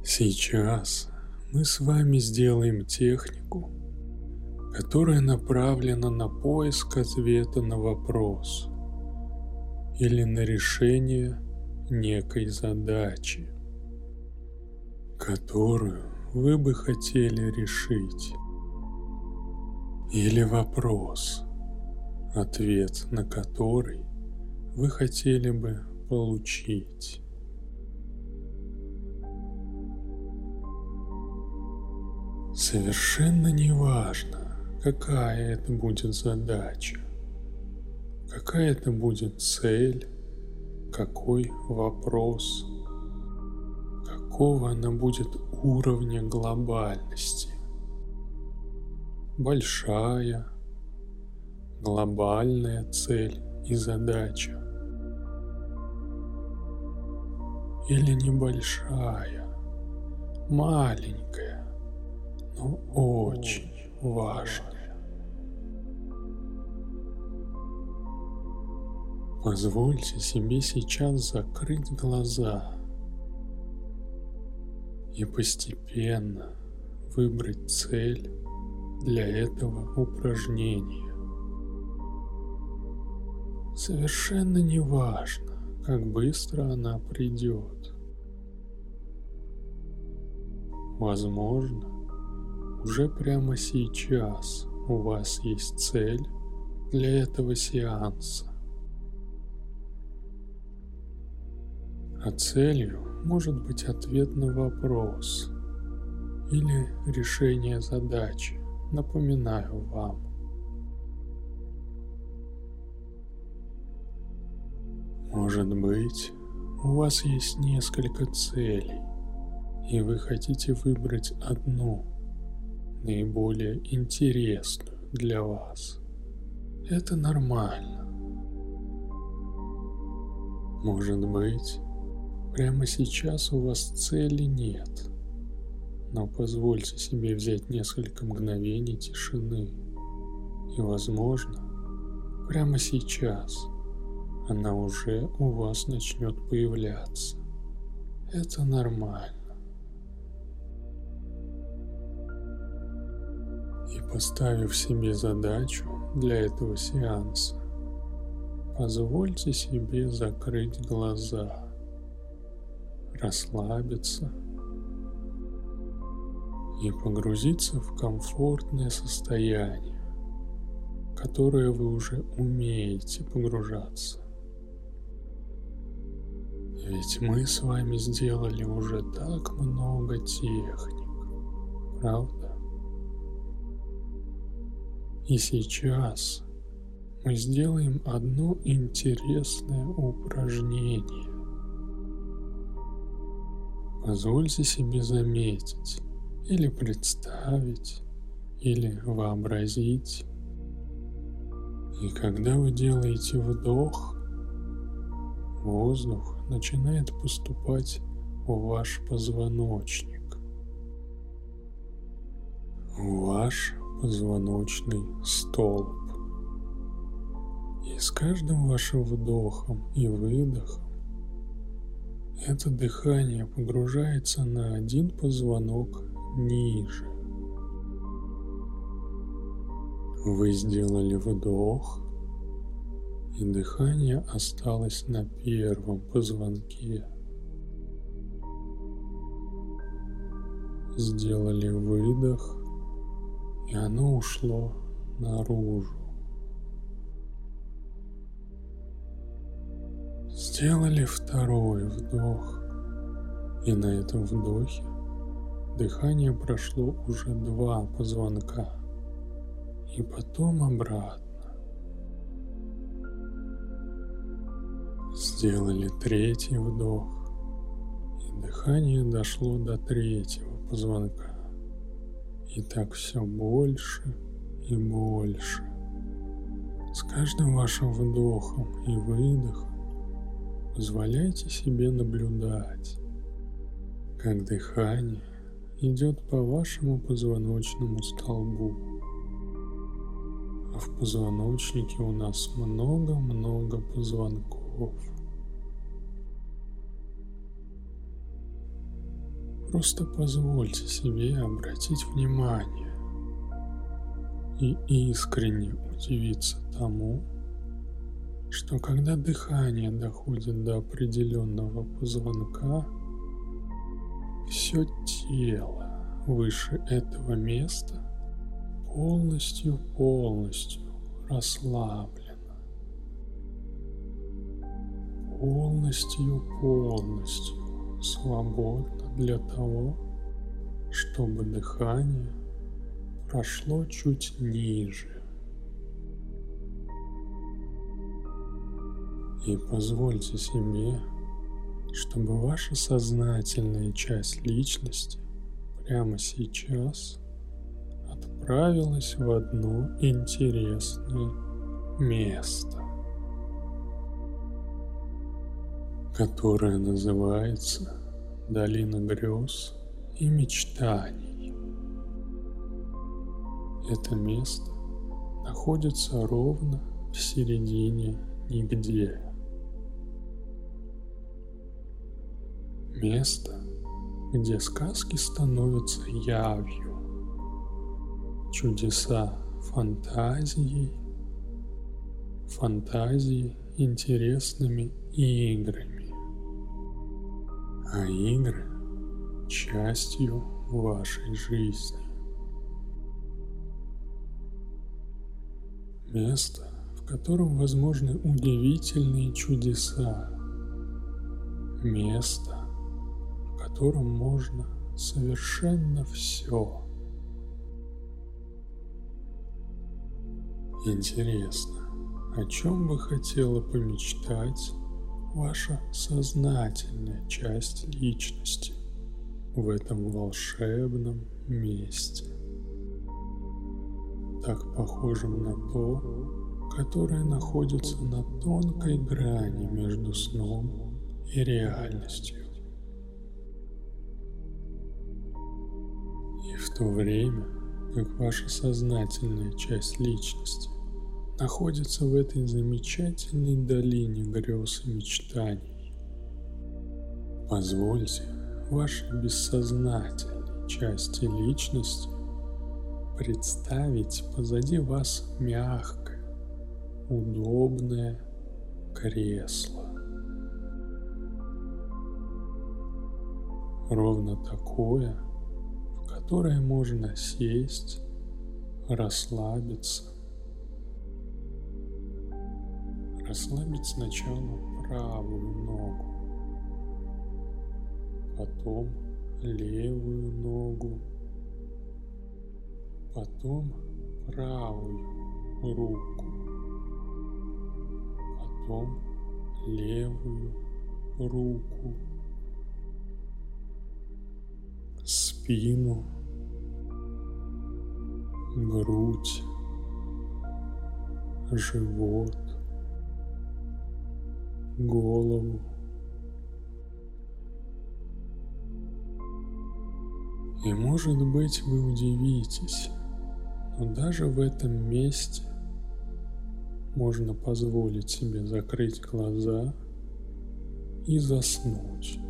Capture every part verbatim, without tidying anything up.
Сейчас мы с вами сделаем технику, которая направлена на поиск ответа на вопрос или на решение некой задачи, которую вы бы хотели решить, или вопрос, ответ на который вы хотели бы получить. Совершенно не важно, какая это будет задача, какая это будет цель, какой вопрос, какого она будет уровня глобальности. Большая, глобальная цель и задача. Или небольшая, маленькая, но очень важная. Позвольте себе сейчас закрыть глаза и постепенно выбрать цель для этого упражнения. Совершенно не важно, как быстро она придет. Возможно, уже прямо сейчас у вас есть цель для этого сеанса. А целью может быть ответ на вопрос или решение задачи, напоминаю вам. Может быть, у вас есть несколько целей, и вы хотите выбрать одну, наиболее интересную для вас. Это нормально. Может быть, прямо сейчас у вас цели нет, но позвольте себе взять несколько мгновений тишины, и, возможно, прямо сейчас она уже у вас начнет появляться. Это нормально. И поставив себе задачу для этого сеанса, позвольте себе закрыть глаза, расслабиться и погрузиться в комфортное состояние, в которое вы уже умеете погружаться. Ведь мы с вами сделали уже так много техник, правда? И сейчас мы сделаем одно интересное упражнение. Позвольте себе заметить, или представить, или вообразить. И когда вы делаете вдох, воздух начинает поступать в ваш позвоночник, в ваш позвоночный столб. И с каждым вашим вдохом и выдохом это дыхание погружается на один позвонок ниже. Вы сделали вдох, и дыхание осталось на первом позвонке. Сделали выдох, и оно ушло наружу. Сделали второй вдох, и на этом вдохе дыхание прошло уже два позвонка, и потом обратно. Сделали третий вдох, и дыхание дошло до третьего позвонка. И так все больше и больше. С каждым вашим вдохом и выдохом позволяйте себе наблюдать, как дыхание идет по вашему позвоночному столбу. А в позвоночнике у нас много-много позвонков. Просто позвольте себе обратить внимание и искренне удивиться тому, что когда дыхание доходит до определенного позвонка, все тело выше этого места полностью-полностью расслаблено, полностью-полностью свободно для того, чтобы дыхание прошло чуть ниже. И позвольте себе, чтобы ваша сознательная часть личности прямо сейчас отправилась в одно интересное место, которое называется Долина грез и мечтаний. Это место находится ровно в середине нигде. Место, где сказки становятся явью, чудеса фантазией, фантазии интересными играми, а игры частью вашей жизни. Место, в котором возможны удивительные чудеса. Место, в котором можно совершенно все. Интересно, о чем бы хотела помечтать ваша сознательная часть личности в этом волшебном месте, так похожем на то, которое находится на тонкой грани между сном и реальностью. И в то время, как ваша сознательная часть личности находится в этой замечательной долине грез и мечтаний, позвольте вашей бессознательной части личности представить позади вас мягкое, удобное кресло. Ровно такое, в которое можно сесть, расслабиться. Расслабить сначала правую ногу, потом левую ногу, потом правую руку, потом левую руку, спину, грудь, живот, голову. И, может быть, вы удивитесь, но даже в этом месте можно позволить себе закрыть глаза и заснуть.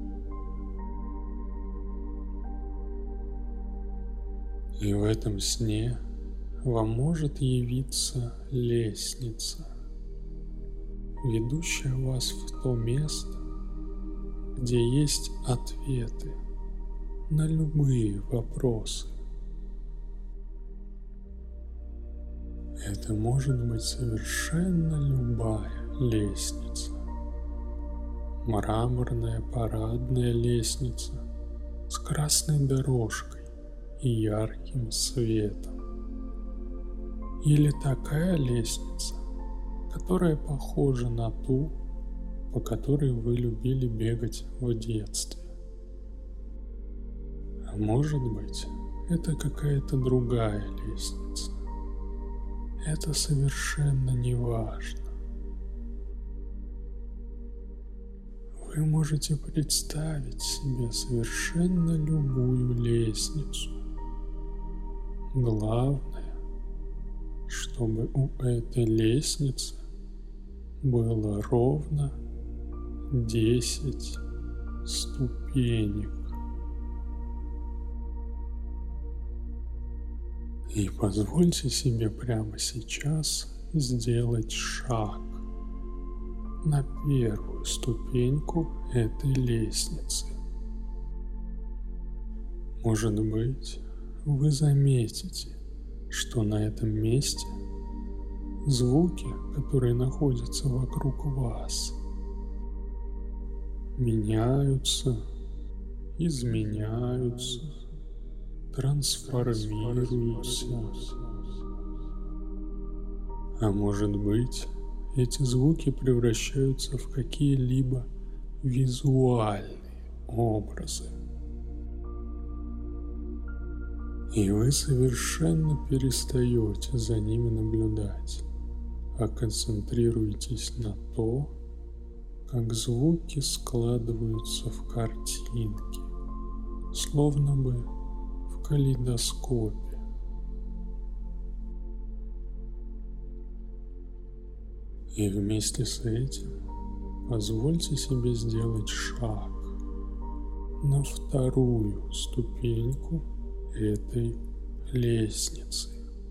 И в этом сне вам может явиться лестница, ведущая вас в то место, где есть ответы на любые вопросы. Это может быть совершенно любая лестница. Мраморная парадная лестница с красной дорожкой и ярким светом. Или такая лестница, которая похожа на ту, по которой вы любили бегать в детстве. А может быть, это какая-то другая лестница. Это совершенно не важно. Вы можете представить себе совершенно любую лестницу. Главное, чтобы у этой лестницы было ровно десять ступенек. И позвольте себе прямо сейчас сделать шаг на первую ступеньку этой лестницы. Может быть, вы заметите, что на этом месте звуки, которые находятся вокруг вас, меняются, изменяются, трансформируются. А может быть, эти звуки превращаются в какие-либо визуальные образы. И вы совершенно перестаете за ними наблюдать, а концентрируетесь на то, как звуки складываются в картинки, словно бы в калейдоскопе. И вместе с этим позвольте себе сделать шаг на вторую ступеньку этой лестницы,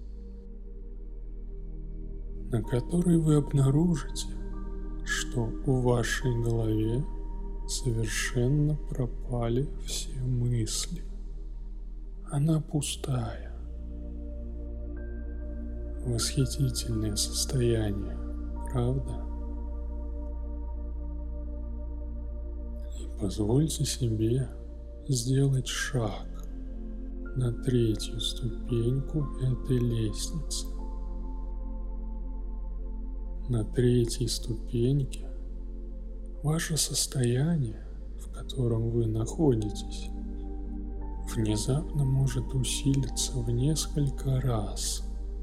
на которой вы обнаружите, что в вашей голове совершенно пропали все мысли. Она пустая. Восхитительное состояние, правда? И позвольте себе сделать шаг на третью ступеньку этой лестницы. На третьей ступеньке ваше состояние, в котором вы находитесь, внезапно может усилиться в несколько раз.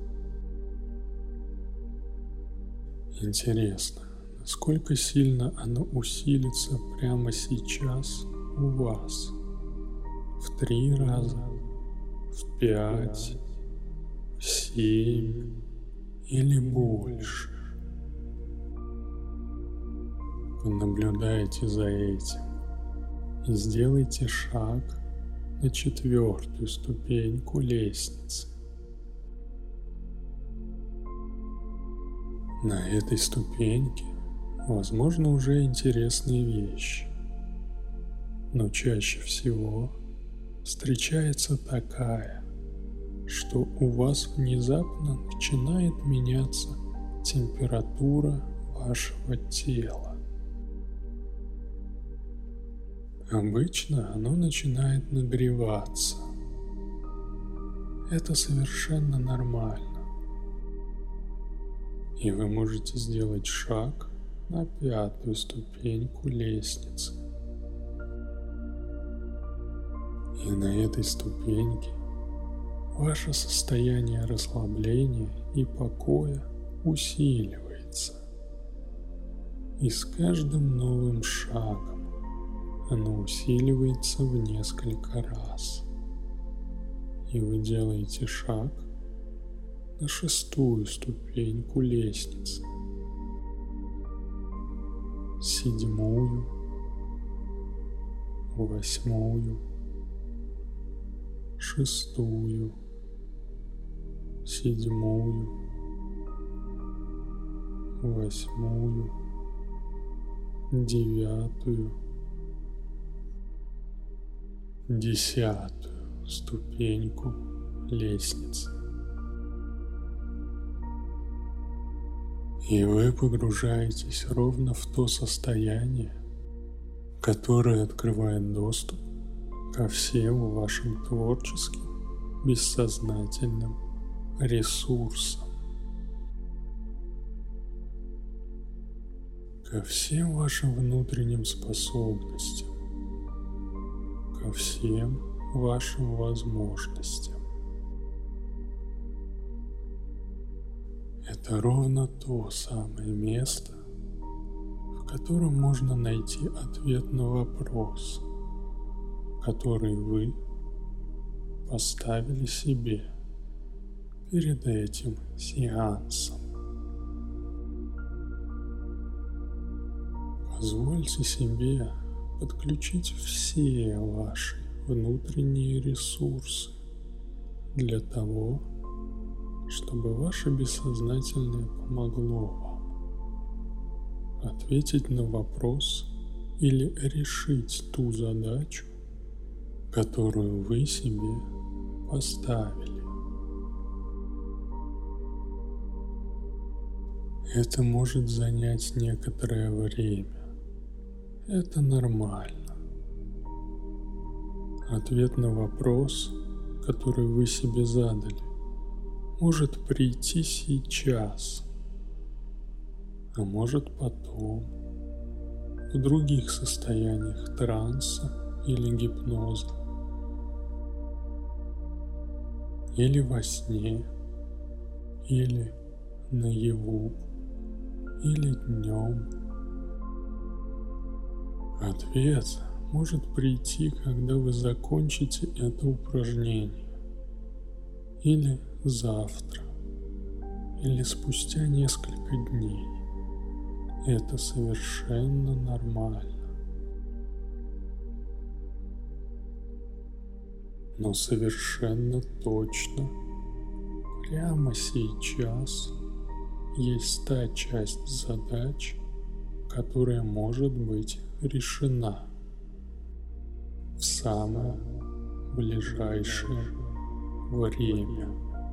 Интересно, насколько сильно оно усилится прямо сейчас у вас? В три раза? В пять? В семь? Или больше? Понаблюдайте за этим и сделайте шаг на четвертую ступеньку лестницы. На этой ступеньке, возможно, уже интересные вещи, но чаще всего встречается такая, что у вас внезапно начинает меняться температура вашего тела. Обычно оно начинает нагреваться. Это совершенно нормально. И вы можете сделать шаг на пятую ступеньку лестницы. И на этой ступеньке ваше состояние расслабления и покоя усиливается. И с каждым новым шагом оно усиливается в несколько раз. И вы делаете шаг на шестую ступеньку лестницы, седьмую, восьмую, шестую, седьмую, восьмую, девятую, десятую ступеньку лестницы. И вы погружаетесь ровно в то состояние, которое открывает доступ ко всем вашим творческим, бессознательным ресурсам, ко всем вашим внутренним способностям, ко всем вашим возможностям. Это ровно то самое место, в котором можно найти ответ на вопрос, который вы поставили себе перед этим сеансом. Позвольте себе подключить все ваши внутренние ресурсы для того, чтобы ваше бессознательное помогло вам ответить на вопрос или решить ту задачу, которую вы себе поставили. Это может занять некоторое время. Это нормально. Ответ на вопрос, который вы себе задали, может прийти сейчас, а может потом, в других состояниях транса или гипноза, или во сне, или наяву, или днем. Ответ может прийти, когда вы закончите это упражнение, или завтра, или спустя несколько дней. Это совершенно нормально. Но совершенно точно, прямо сейчас есть та часть задач, которая может быть решена в самое ближайшее время.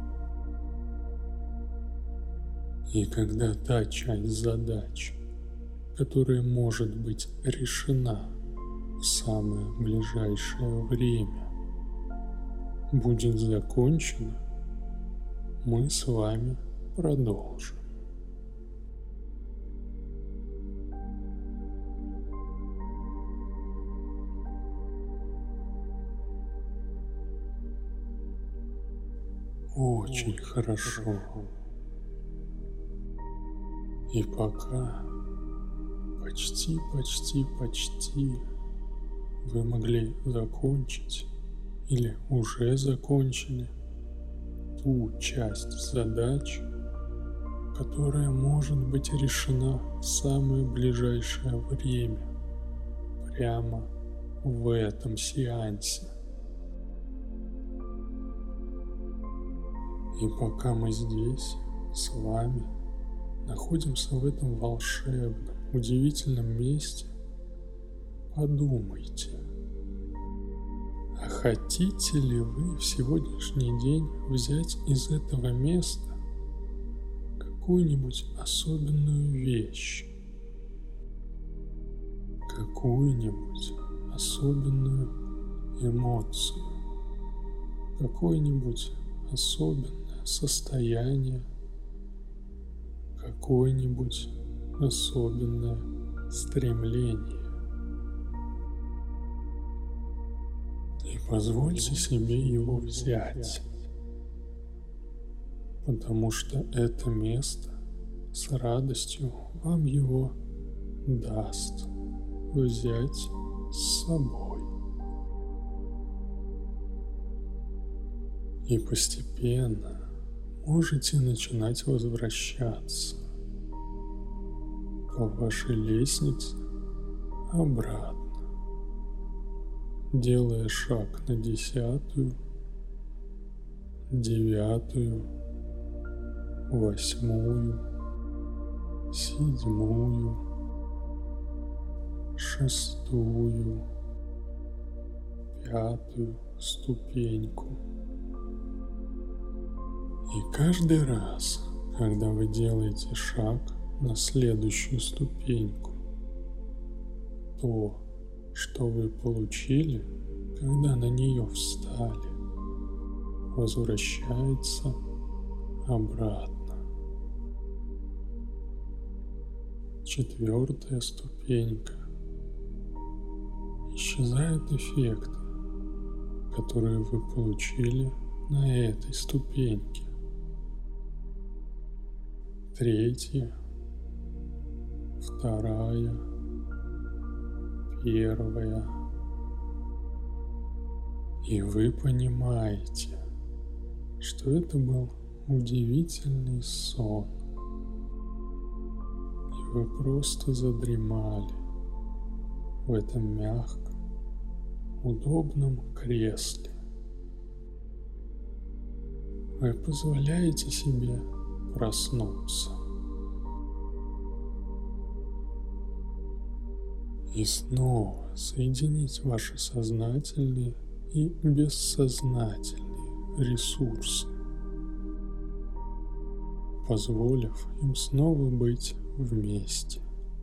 И когда та часть задач, которая может быть решена в самое ближайшее время, будет закончена, мы с вами продолжим. Очень хорошо. И пока почти, почти, почти вы могли закончить или уже закончили ту часть задач, которая может быть решена в самое ближайшее время, прямо в этом сеансе. И пока мы здесь с вами находимся в этом волшебном, удивительном месте, подумайте, а хотите ли вы в сегодняшний день взять из этого места какую-нибудь особенную вещь, какую-нибудь особенную эмоцию, какое-нибудь особенное состояние, какое-нибудь особенное стремление. И позвольте себе его взять, потому что это место с радостью вам его даст взять с собой. И постепенно можете начинать возвращаться по вашей лестнице обратно, делая шаг на десятую, девятую, восьмую, седьмую, шестую, пятую ступеньку. И каждый раз, когда вы делаете шаг на следующую ступеньку, то, что вы получили, когда на нее встали, возвращается обратно. Четвертая ступенька. Исчезают эффекты, которые вы получили на этой ступеньке. Третья, вторая, первая. И вы понимаете, что это был удивительный сон. И вы просто задремали в этом мягком, удобном кресле. вы позволяете себе проснуться. И снова соединить ваши сознательные и бессознательные ресурсы, позволив им снова быть вместе,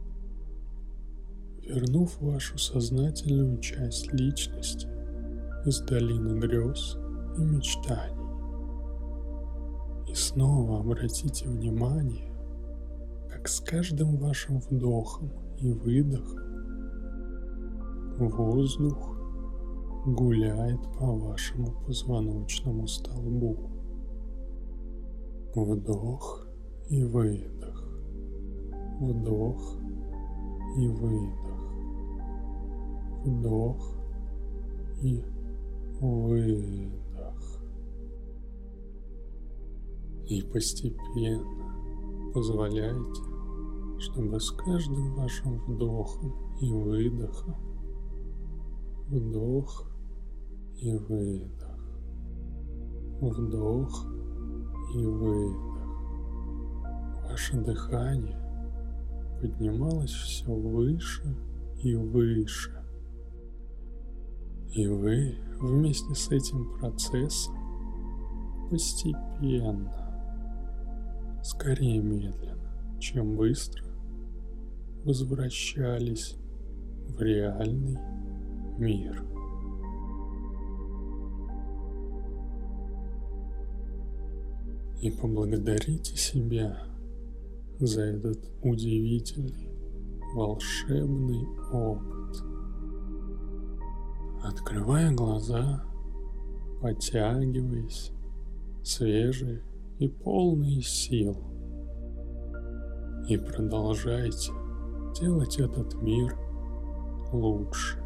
вернув вашу сознательную часть личности из долины грез и мечтаний. И снова обратите внимание, как с каждым вашим вдохом и выдохом воздух гуляет по вашему позвоночному столбу. Вдох и выдох. Вдох и выдох. Вдох и выдох. И постепенно позволяйте, чтобы с каждым вашим вдохом и выдохом вдох и выдох, вдох и выдох. Ваше дыхание поднималось все выше и выше. И вы вместе с этим процессом постепенно, скорее медленно, чем быстро, возвращались в реальный мир. И поблагодарите себя за этот удивительный, волшебный опыт. Открывая глаза, потягиваясь, свежие и полные сил. И продолжайте делать этот мир лучше.